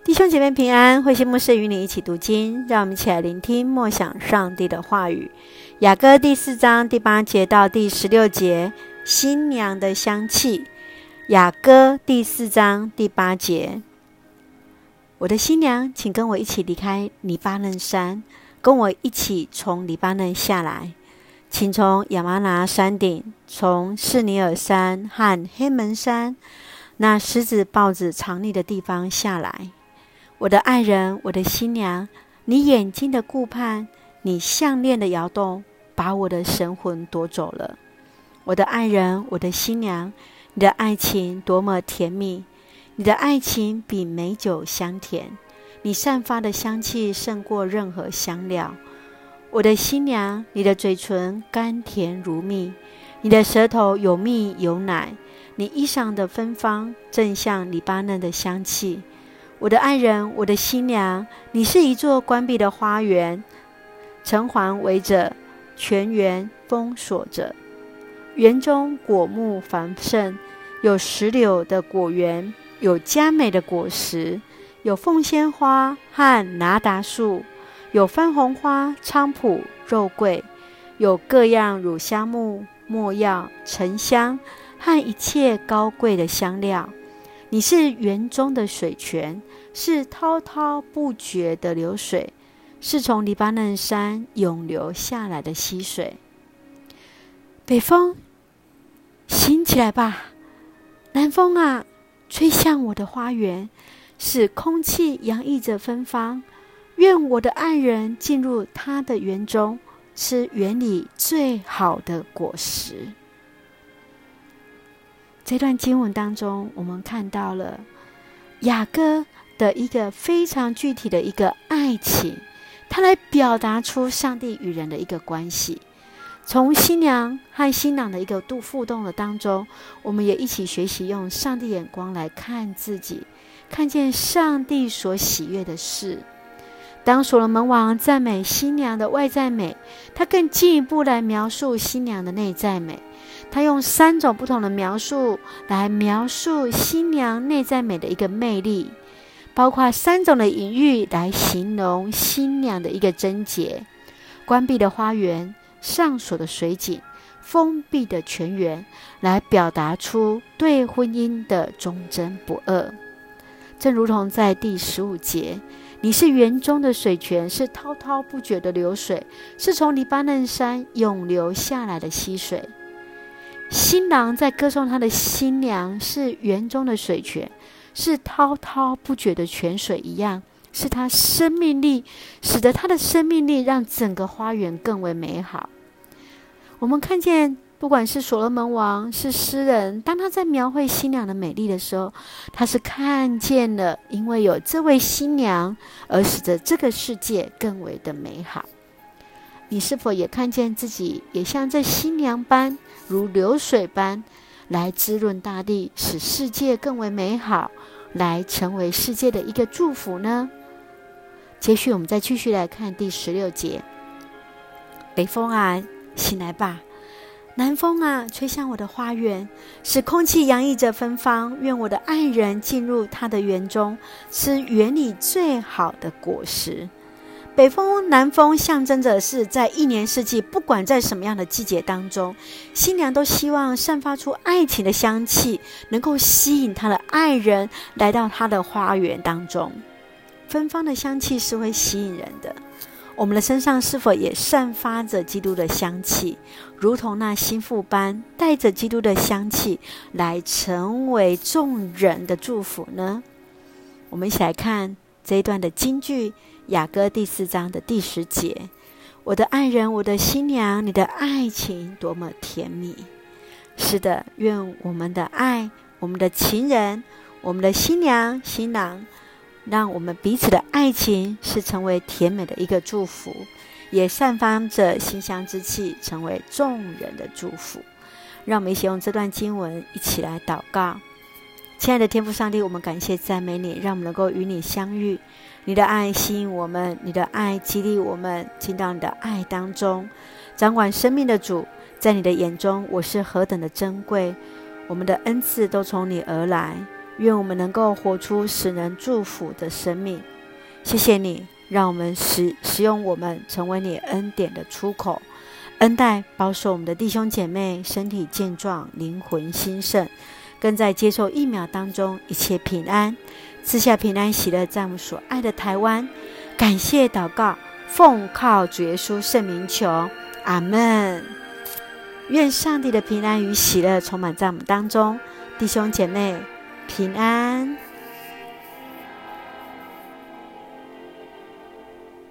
弟兄姐妹平安，慧馨牧师与你一起读经，让我们一起来聆听默想上帝的话语。雅歌第4章第8节到第16节，新娘的香气。雅歌第4章第8节，我的新娘，请跟我一起离开黎巴嫩山，跟我一起从黎巴嫩下来，请从亚玛拿山顶，从士尼尔山和黑门山那狮子豹子藏匿的地方下来。我的爱人，我的新娘，你眼睛的顾盼，你项链的摇动，把我的神魂夺走了。我的爱人，我的新娘，你的爱情多么甜蜜，你的爱情比美酒香甜，你散发的香气胜过任何香料。我的新娘，你的嘴唇甘甜如蜜，你的舌头有蜜有奶，你衣裳的芬芳正像黎巴嫩的香气。我的爱人，我的新娘，你是一座关闭的花园，城环围着，全园封锁着。园中果木繁盛，有石榴的果园，有佳美的果实，有凤仙花和拿达树，有番红花、菖蒲、肉桂，有各样乳香木、没药、沉香和一切高贵的香料。你是园中的水泉，是滔滔不绝的流水，是从黎巴嫩山涌流下来的溪水。北风，醒起来吧！南风啊，吹向我的花园，使空气洋溢着芬芳。愿我的爱人进入他的园中，吃园里最好的果实。这段经文当中，我们看到了雅歌的一个非常具体的一个爱情，它来表达出上帝与人的一个关系。从新娘和新郎的一个互动的当中，我们也一起学习用上帝眼光来看自己，看见上帝所喜悦的事。当所罗门王赞美新娘的外在美，他更进一步来描述新娘的内在美。他用3种不同的描述来描述新娘内在美的一个魅力，包括3种的隐喻来形容新娘的一个贞洁：关闭的花园、上锁的水井、封闭的泉源，来表达出对婚姻的忠贞不二。正如同在第15节，你是园中的水泉，是滔滔不绝的流水，是从黎巴嫩山涌流下来的溪水。新郎在歌颂他的新娘是园中的水泉，是滔滔不绝的泉水一样，是他生命力，使得他的生命力让整个花园更为美好。我们看见不管是所罗门王是诗人，当他在描绘新娘的美丽的时候，他是看见了因为有这位新娘而使得这个世界更为的美好。你是否也看见自己也像这新娘般，如流水般来滋润大地，使世界更为美好，来成为世界的一个祝福呢？接续我们再继续来看第16节。北风啊，醒来吧！南风啊，吹向我的花园，使空气洋溢着芬芳。愿我的爱人进入他的园中，吃园里最好的果实。北风、南风象征着是在一年四季，不管在什么样的季节当中，新娘都希望散发出爱情的香气，能够吸引她的爱人来到她的花园当中。芬芳的香气是会吸引人的。我们的身上是否也散发着基督的香气，如同那新妇般带着基督的香气来成为众人的祝福呢？我们一起来看这一段的金句，雅歌第4章的第10节。我的爱人，我的新娘，你的爱情多么甜蜜。是的，愿我们的爱，我们的情人，我们的新娘新郎，让我们彼此的爱情是成为甜美的一个祝福，也散发着馨香之气，成为众人的祝福。让我们一起用这段经文一起来祷告。亲爱的天父上帝，我们感谢赞美你，让我们能够与你相遇。你的爱吸引我们，你的爱激励我们进到你的爱当中。掌管生命的主，在你的眼中我是何等的珍贵，我们的恩赐都从你而来。 愿我们能够活出使人祝福的生命。谢谢你，让我们使用我们成为你恩典的出口。恩待保守我们的弟兄姐妹身体健壮，灵魂兴盛，更在接受疫苗当中一切平安，赐下平安喜乐在我们所爱的台湾。感谢祷告，奉靠主耶稣圣名求，阿们。愿上帝的平安与喜乐充满在我们当中，弟兄姐妹平安。